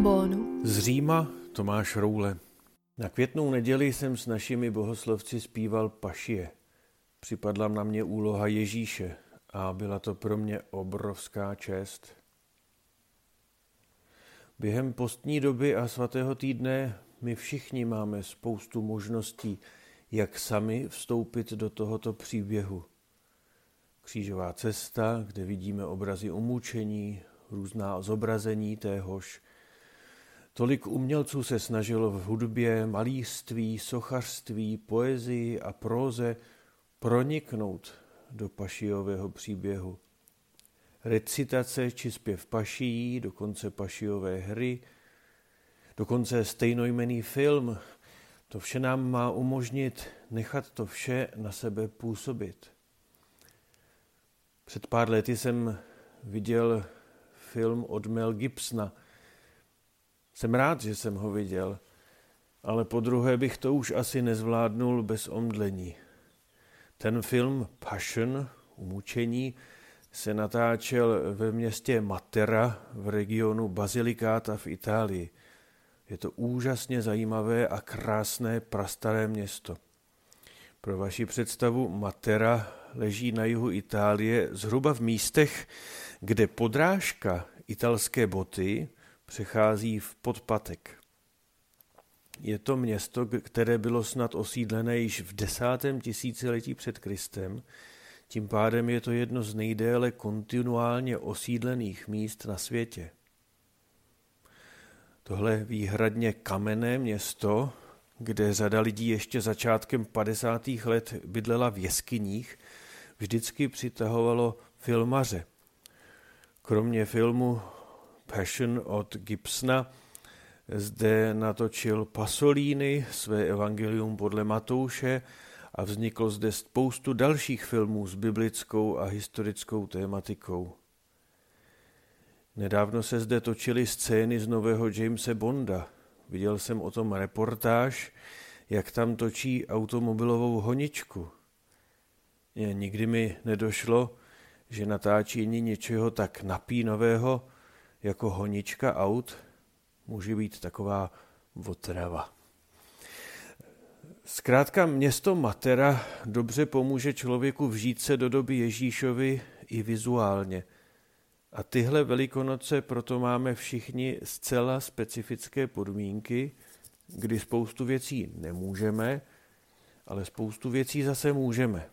trombónu. Z Říma Tomáš Roule. Na Květnou neděli jsem s našimi bohoslovci zpíval pašie. Připadla na mě úloha Ježíše a byla to pro mě obrovská čest. Během postní doby a svatého týdne my všichni máme spoustu možností, jak sami vstoupit do tohoto příběhu. Křížová cesta, kde vidíme obrazy umučení, různá zobrazení téhož. Tolik umělců se snažilo v hudbě, malířství, sochařství, poezii a próze proniknout do pašijového příběhu. Recitace či zpěv pašií, dokonce pašijové hry, dokonce stejnojmenný film, to vše nám má umožnit nechat to vše na sebe působit. Před pár lety jsem viděl film od Mel Gibsona. Jsem rád, že jsem ho viděl, ale podruhé bych to už asi nezvládnul bez omdlení. Ten film Passion, umučení, se natáčel ve městě Matera v regionu Basilicata v Itálii. Je to úžasně zajímavé a krásné prastaré město. Pro vaši představu, Matera leží na jihu Itálie, zhruba v místech, kde podrážka italské boty přechází v podpatek. Je to město, které bylo snad osídlené již v 10. tisíciletí před Kristem, tím pádem je to jedno z nejdéle kontinuálně osídlených míst na světě. Tohle výhradně kamenné město, kde řada lidí ještě začátkem 50. let bydlela v jeskyních, vždycky přitahovalo filmaře. Kromě filmu Passion od Gibsona zde natočil Pasolini své evangelium podle Matouše a vzniklo zde spoustu dalších filmů s biblickou a historickou tématikou. Nedávno se zde točily scény z nového Jamese Bonda. Viděl jsem o tom reportáž, jak tam točí automobilovou honičku. Nikdy mi nedošlo, že natáčení něčeho tak napínavého jako honička aut může být taková otrava. Zkrátka město Matera dobře pomůže člověku vžít se do doby Ježíšovy i vizuálně. A tyhle Velikonoce proto máme všichni zcela specifické podmínky, kdy spoustu věcí nemůžeme, ale spoustu věcí zase můžeme.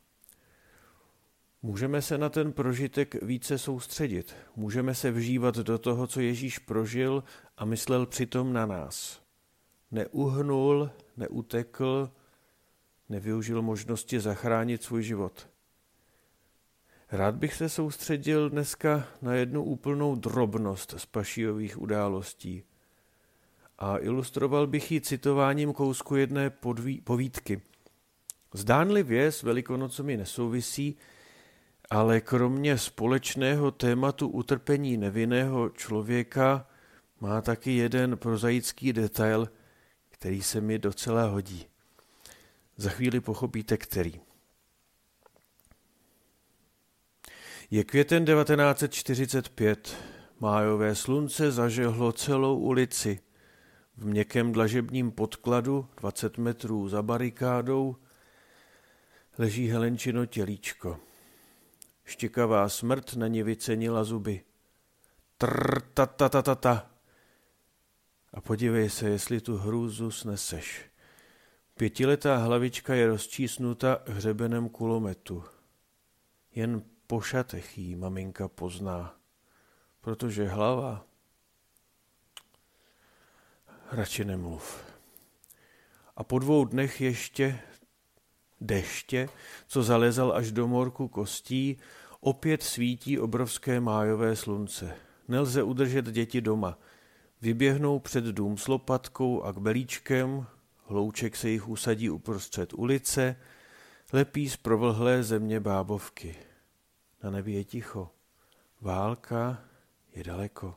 Můžeme se na ten prožitek více soustředit. Můžeme se vžívat do toho, co Ježíš prožil a myslel přitom na nás. Neuhnul, neutekl, nevyužil možnosti zachránit svůj život. Rád bych se soustředil dneska na jednu úplnou drobnost z pašijových událostí a ilustroval bych ji citováním kousku jedné povídky. Zdánlivě s Velikonocemi nesouvisí, ale kromě společného tématu utrpení nevinného člověka má taky jeden prozaický detail, který se mi docela hodí. Za chvíli pochopíte, který. Je květen 1945. Májové slunce zažehlo celou ulici. V měkkém dlažebním podkladu, 20 metrů za barikádou, leží Helenčino tělíčko. Štěkavá smrt na ní vycenila zuby. Trr-ta-ta-ta-ta-ta. A podívej se, jestli tu hrůzu sneseš. 5letá hlavička je rozčísnuta hřebenem kulometu. Jen po šatech jí maminka pozná, protože hlava... Radši nemluv. A po 2 dnech ještě deště, co zalezal až do morku kostí, opět svítí obrovské májové slunce. Nelze udržet děti doma. Vyběhnou před dům s lopatkou a kbelíčkem, hlouček se jich usadí uprostřed ulice, lepí z provlhlé země bábovky. Na nebi je ticho. Válka je daleko.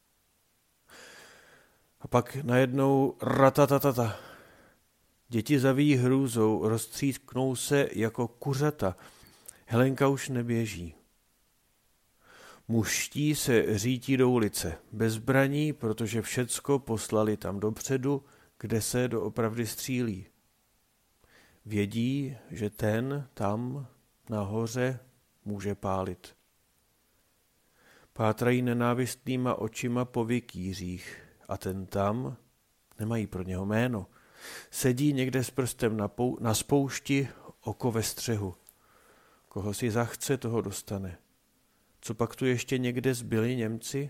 A pak najednou ratatatata. Děti zavíjí hrůzou, roztřísknou se jako kuřata. Helenka už neběží. Mužští se řítí do ulice bez zbraní, protože všecko poslali tam dopředu, kde se doopravdy střílí. Vědí, že ten tam nahoře může pálit. Pátrají nenávistnýma očima po vikýřích a ten tam, nemají pro něho jméno, sedí někde s prstem na spoušti, oko ve střehu. Koho si zachce, toho dostane. Co pak tu ještě někde zbyli Němci?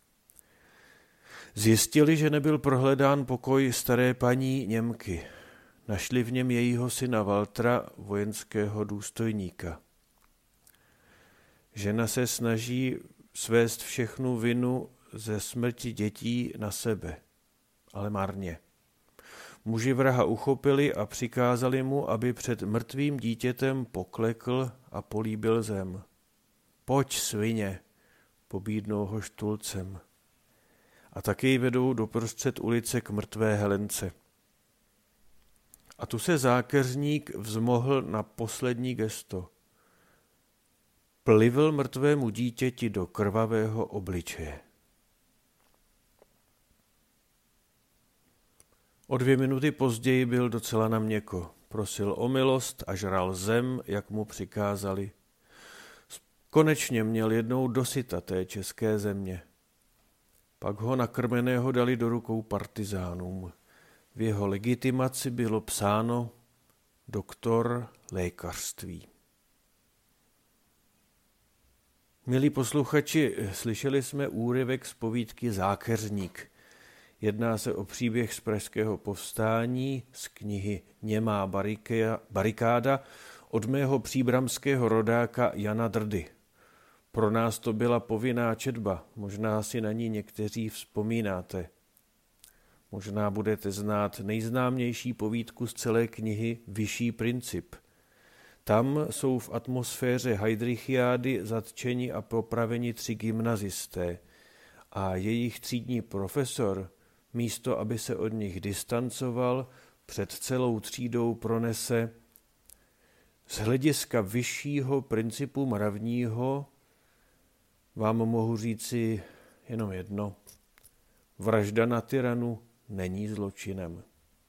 Zjistili, že nebyl prohledán pokoj staré paní Němky. Našli v něm jejího syna Valtra, vojenského důstojníka. Žena se snaží svést všechnu vinu ze smrti dětí na sebe, ale marně. Muži vraha uchopili a přikázali mu, aby před mrtvým dítětem poklekl a políbil zem. Pojď, svině, pobídnou ho štulcem. A taky ji vedou doprostřed ulice k mrtvé Helence. A tu se zákeřník vzmohl na poslední gesto. Plivl mrtvému dítěti do krvavého obličeje. O 2 minuty později byl docela na měko. Prosil o milost a žral zem, jak mu přikázali. Konečně měl jednou dosyta té české země. Pak ho nakrmeného dali do rukou partizánům. V jeho legitimaci bylo psáno doktor lékařství. Milí posluchači, slyšeli jsme úryvek z povídky Zákeřník. Jedná se o příběh z pražského povstání z knihy Němá barikáda od mého příbramského rodáka Jana Drdy. Pro nás to byla povinná četba, možná si na ní někteří vzpomínáte. Možná budete znát nejznámější povídku z celé knihy Vyšší princip. Tam jsou v atmosféře Heidrichiády zatčeni a popraveni 3 gymnazisté a jejich třídní profesor, místo aby se od nich distancoval, před celou třídou pronese z hlediska vyššího principu mravního vám mohu říci jenom jedno. Vražda na tyranu není zločinem.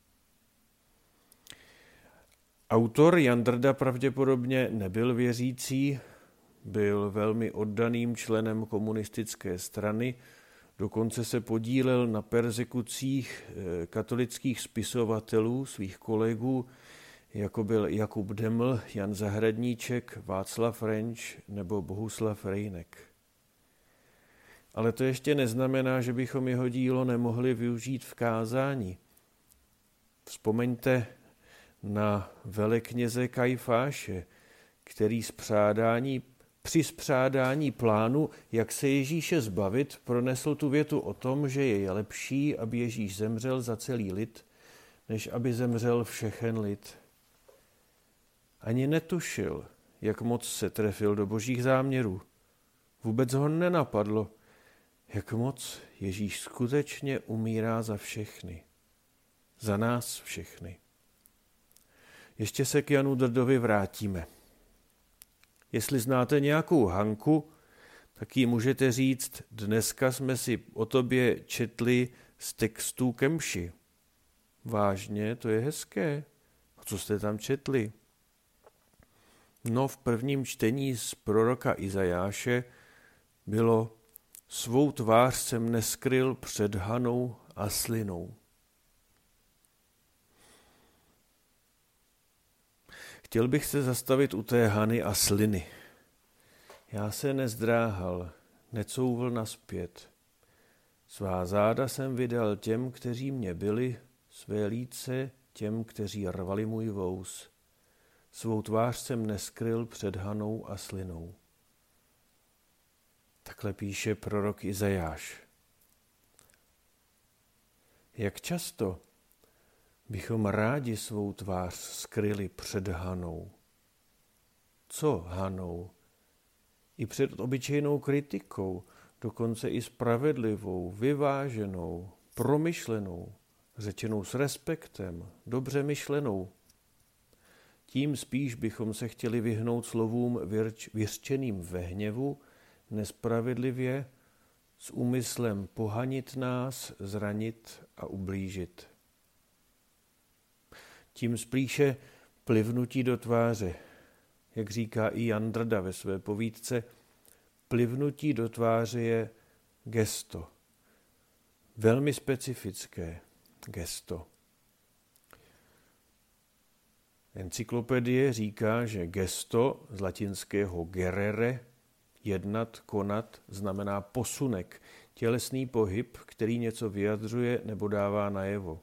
Autor Jan Drda pravděpodobně nebyl věřící, byl velmi oddaným členem komunistické strany, dokonce se podílel na perzekucích katolických spisovatelů, svých kolegů, jako byl Jakub Deml, Jan Zahradníček, Václav Renč nebo Bohuslav Rejnek. Ale to ještě neznamená, že bychom jeho dílo nemohli využít v kázání. Vzpomeňte na velekněze Kajfáše, který při spřádání plánu, jak se Ježíše zbavit, pronesl tu větu o tom, že je lepší, aby Ježíš zemřel za celý lid, než aby zemřel všechen lid. Ani netušil, jak moc se trefil do božích záměrů. Vůbec ho nenapadlo, jak moc Ježíš skutečně umírá za všechny. Za nás všechny. Ještě se k Janu Drdovi vrátíme. Jestli znáte nějakou Hanku, tak jí můžete říct, dneska jsme si o tobě četli z textů Kemši. Vážně, to je hezké. A co jste tam četli? No, v prvním čtení z proroka Izajáše bylo: svou tvář jsem neskryl před hanou a slinou. Chtěl bych se zastavit u té hany a sliny. Já se nezdráhal, necouvl nazpět. Svá záda jsem vydal těm, kteří mě byli, své líce těm, kteří rvali můj vous. Svou tvář jsem neskryl před hanou a slinou. Takhle píše prorok Izajáš. Jak často bychom rádi svou tvář skryli před hanou? Co hanou? I před obyčejnou kritikou, dokonce i spravedlivou, vyváženou, promyšlenou, řečenou s respektem, dobře myšlenou. Tím spíš bychom se chtěli vyhnout slovům vyřčeným ve hněvu, nespravedlivě, s úmyslem pohanit nás, zranit a ublížit. Tím spíše plivnutí do tváře, jak říká i Jan Drda ve své povídce, plivnutí do tváře je gesto. Velmi specifické gesto. Encyklopedie říká, že gesto z latinského gerere, jednat, konat, znamená posunek, tělesný pohyb, který něco vyjadřuje nebo dává najevo.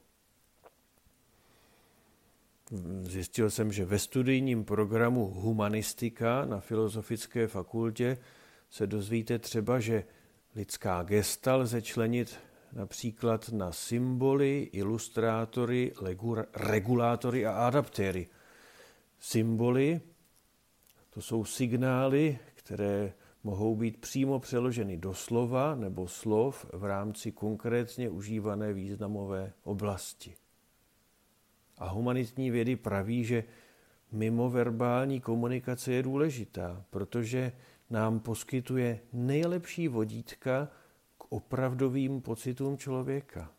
Zjistil jsem, že ve studijním programu humanistika na Filozofické fakultě se dozvíte třeba, že lidská gesta lze členit například na symboly, ilustrátory, regulátory a adaptéry. Symboly, to jsou signály, které mohou být přímo přeloženy do slova nebo slov v rámci konkrétně užívané významové oblasti. A humanitní vědy praví, že mimoverbální komunikace je důležitá, protože nám poskytuje nejlepší vodítka k opravdovým pocitům člověka.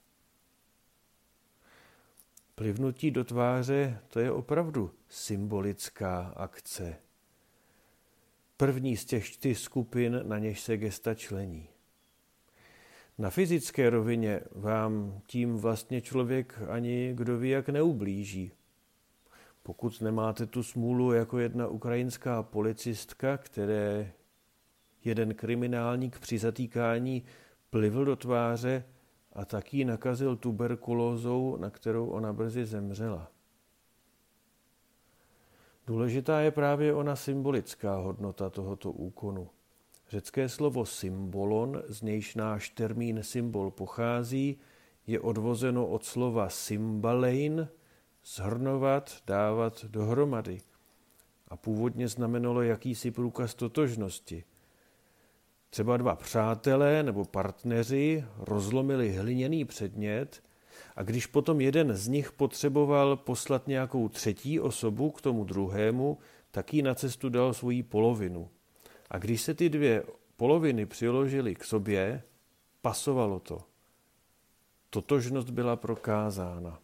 Plivnutí do tváře, to je opravdu symbolická akce. První z těch 4 skupin, na něž se gesta člení. Na fyzické rovině vám tím vlastně člověk ani kdo ví jak neublíží. Pokud nemáte tu smůlu jako jedna ukrajinská policistka, které jeden kriminálník při zatýkání plivl do tváře a tak jí nakazil tuberkulózou, na kterou ona brzy zemřela. Důležitá je právě ona symbolická hodnota tohoto úkonu. Řecké slovo symbolon, z nějž náš termín symbol pochází, je odvozeno od slova symbalein, shrnovat, dávat dohromady. A původně znamenalo jakýsi průkaz totožnosti. Třeba 2 přátelé nebo partneři rozlomili hliněný předmět a když potom jeden z nich potřeboval poslat nějakou 3. osobu k tomu druhému, tak jí na cestu dal svoji polovinu. A když se ty 2 poloviny přiložily k sobě, pasovalo to. Totožnost byla prokázána.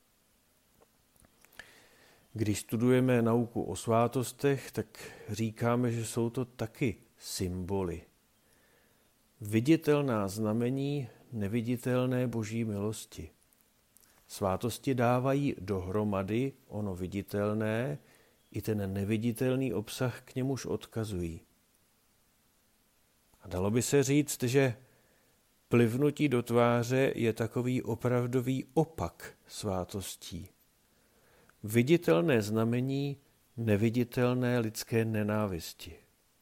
Když studujeme nauku o svátostech, tak říkáme, že jsou to taky symboly. Viditelná znamení neviditelné boží milosti. Svátosti dávají dohromady ono viditelné i ten neviditelný obsah, k němuž odkazují. A dalo by se říct, že plivnutí do tváře je takový opravdový opak svátostí. Viditelné znamení neviditelné lidské nenávisti.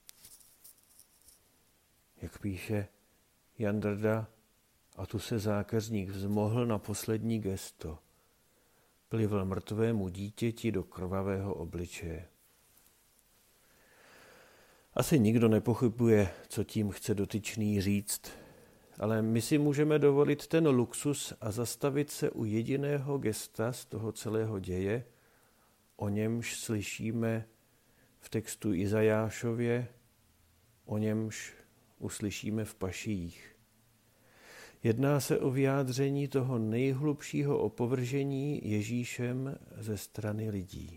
Jak píše Jan Drda, a tu se zákeřník vzmohl na poslední gesto. Plivl mrtvému dítěti do krvavého obličeje. Asi nikdo nepochybuje, co tím chce dotyčný říct, ale my si můžeme dovolit ten luxus a zastavit se u jediného gesta z toho celého děje, o němž slyšíme v textu Izajášově, o němž uslyšíme v pašijích. Jedná se o vyjádření toho nejhlubšího opovržení Ježíšem ze strany lidí.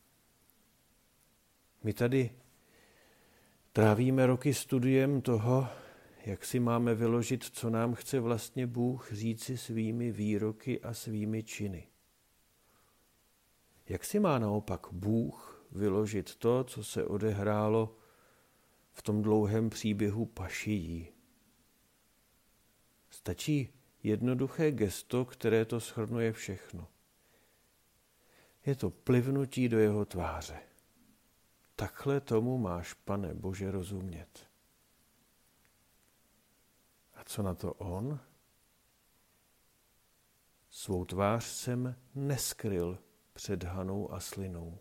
My tady trávíme roky studiem toho, jak si máme vyložit, co nám chce vlastně Bůh říci svými výroky a svými činy. Jak si má naopak Bůh vyložit to, co se odehrálo v tom dlouhém příběhu pašijí? Stačí jednoduché gesto, které to shrnuje všechno. Je to plivnutí do jeho tváře. Takhle tomu máš, Pane Bože, rozumět. A co na to on? Svou tvář jsem neskryl před hanou a slinou.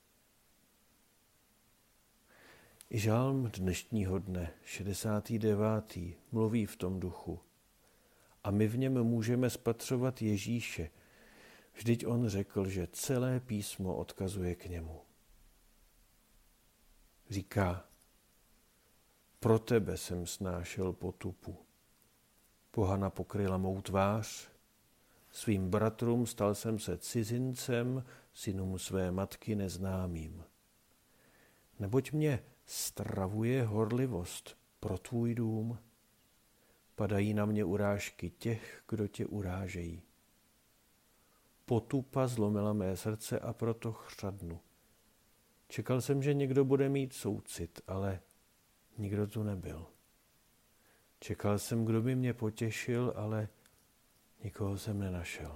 I žálm dnešního dne, 69. mluví v tom duchu. A my v něm můžeme spatřovat Ježíše. Vždyť on řekl, že celé písmo odkazuje k němu. Říká, pro tebe jsem snášel potupu. Pohana pokryla mou tvář, svým bratrům stal jsem se cizincem, synům své matky neznámým. Neboť mě stravuje horlivost pro tvůj dům. Padají na mě urážky těch, kdo tě urážejí. Potupa zlomila mé srdce a proto chřadnu. Čekal jsem, že někdo bude mít soucit, ale nikdo tu nebyl. Čekal jsem, kdo by mě potěšil, ale nikoho jsem nenašel.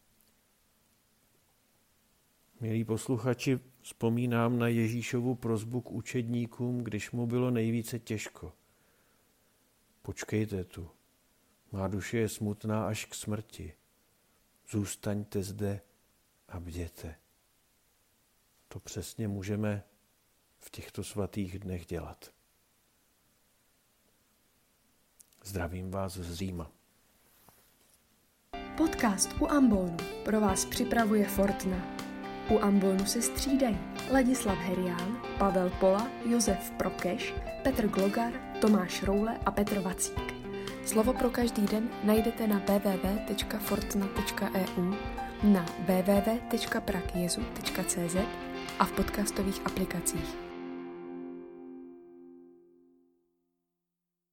Milí posluchači, vzpomínám na Ježíšovu prosbu k učedníkům, když mu bylo nejvíce těžko. Počkejte tu, má duše je smutná až k smrti. Zůstaňte zde a bděte. To přesně můžeme v těchto svatých dnech dělat. Zdravím vás z Říma. Podcast U ambonu pro vás připravuje Fortna. U ambonu se střídají Ladislav Herián, Pavel Pola, Josef Prokeš, Petr Glogar, Tomáš Roule a Petr Vacík. Slovo pro každý den najdete na www.fortna.eu, na www.pragjezu.cz a v podcastových aplikacích.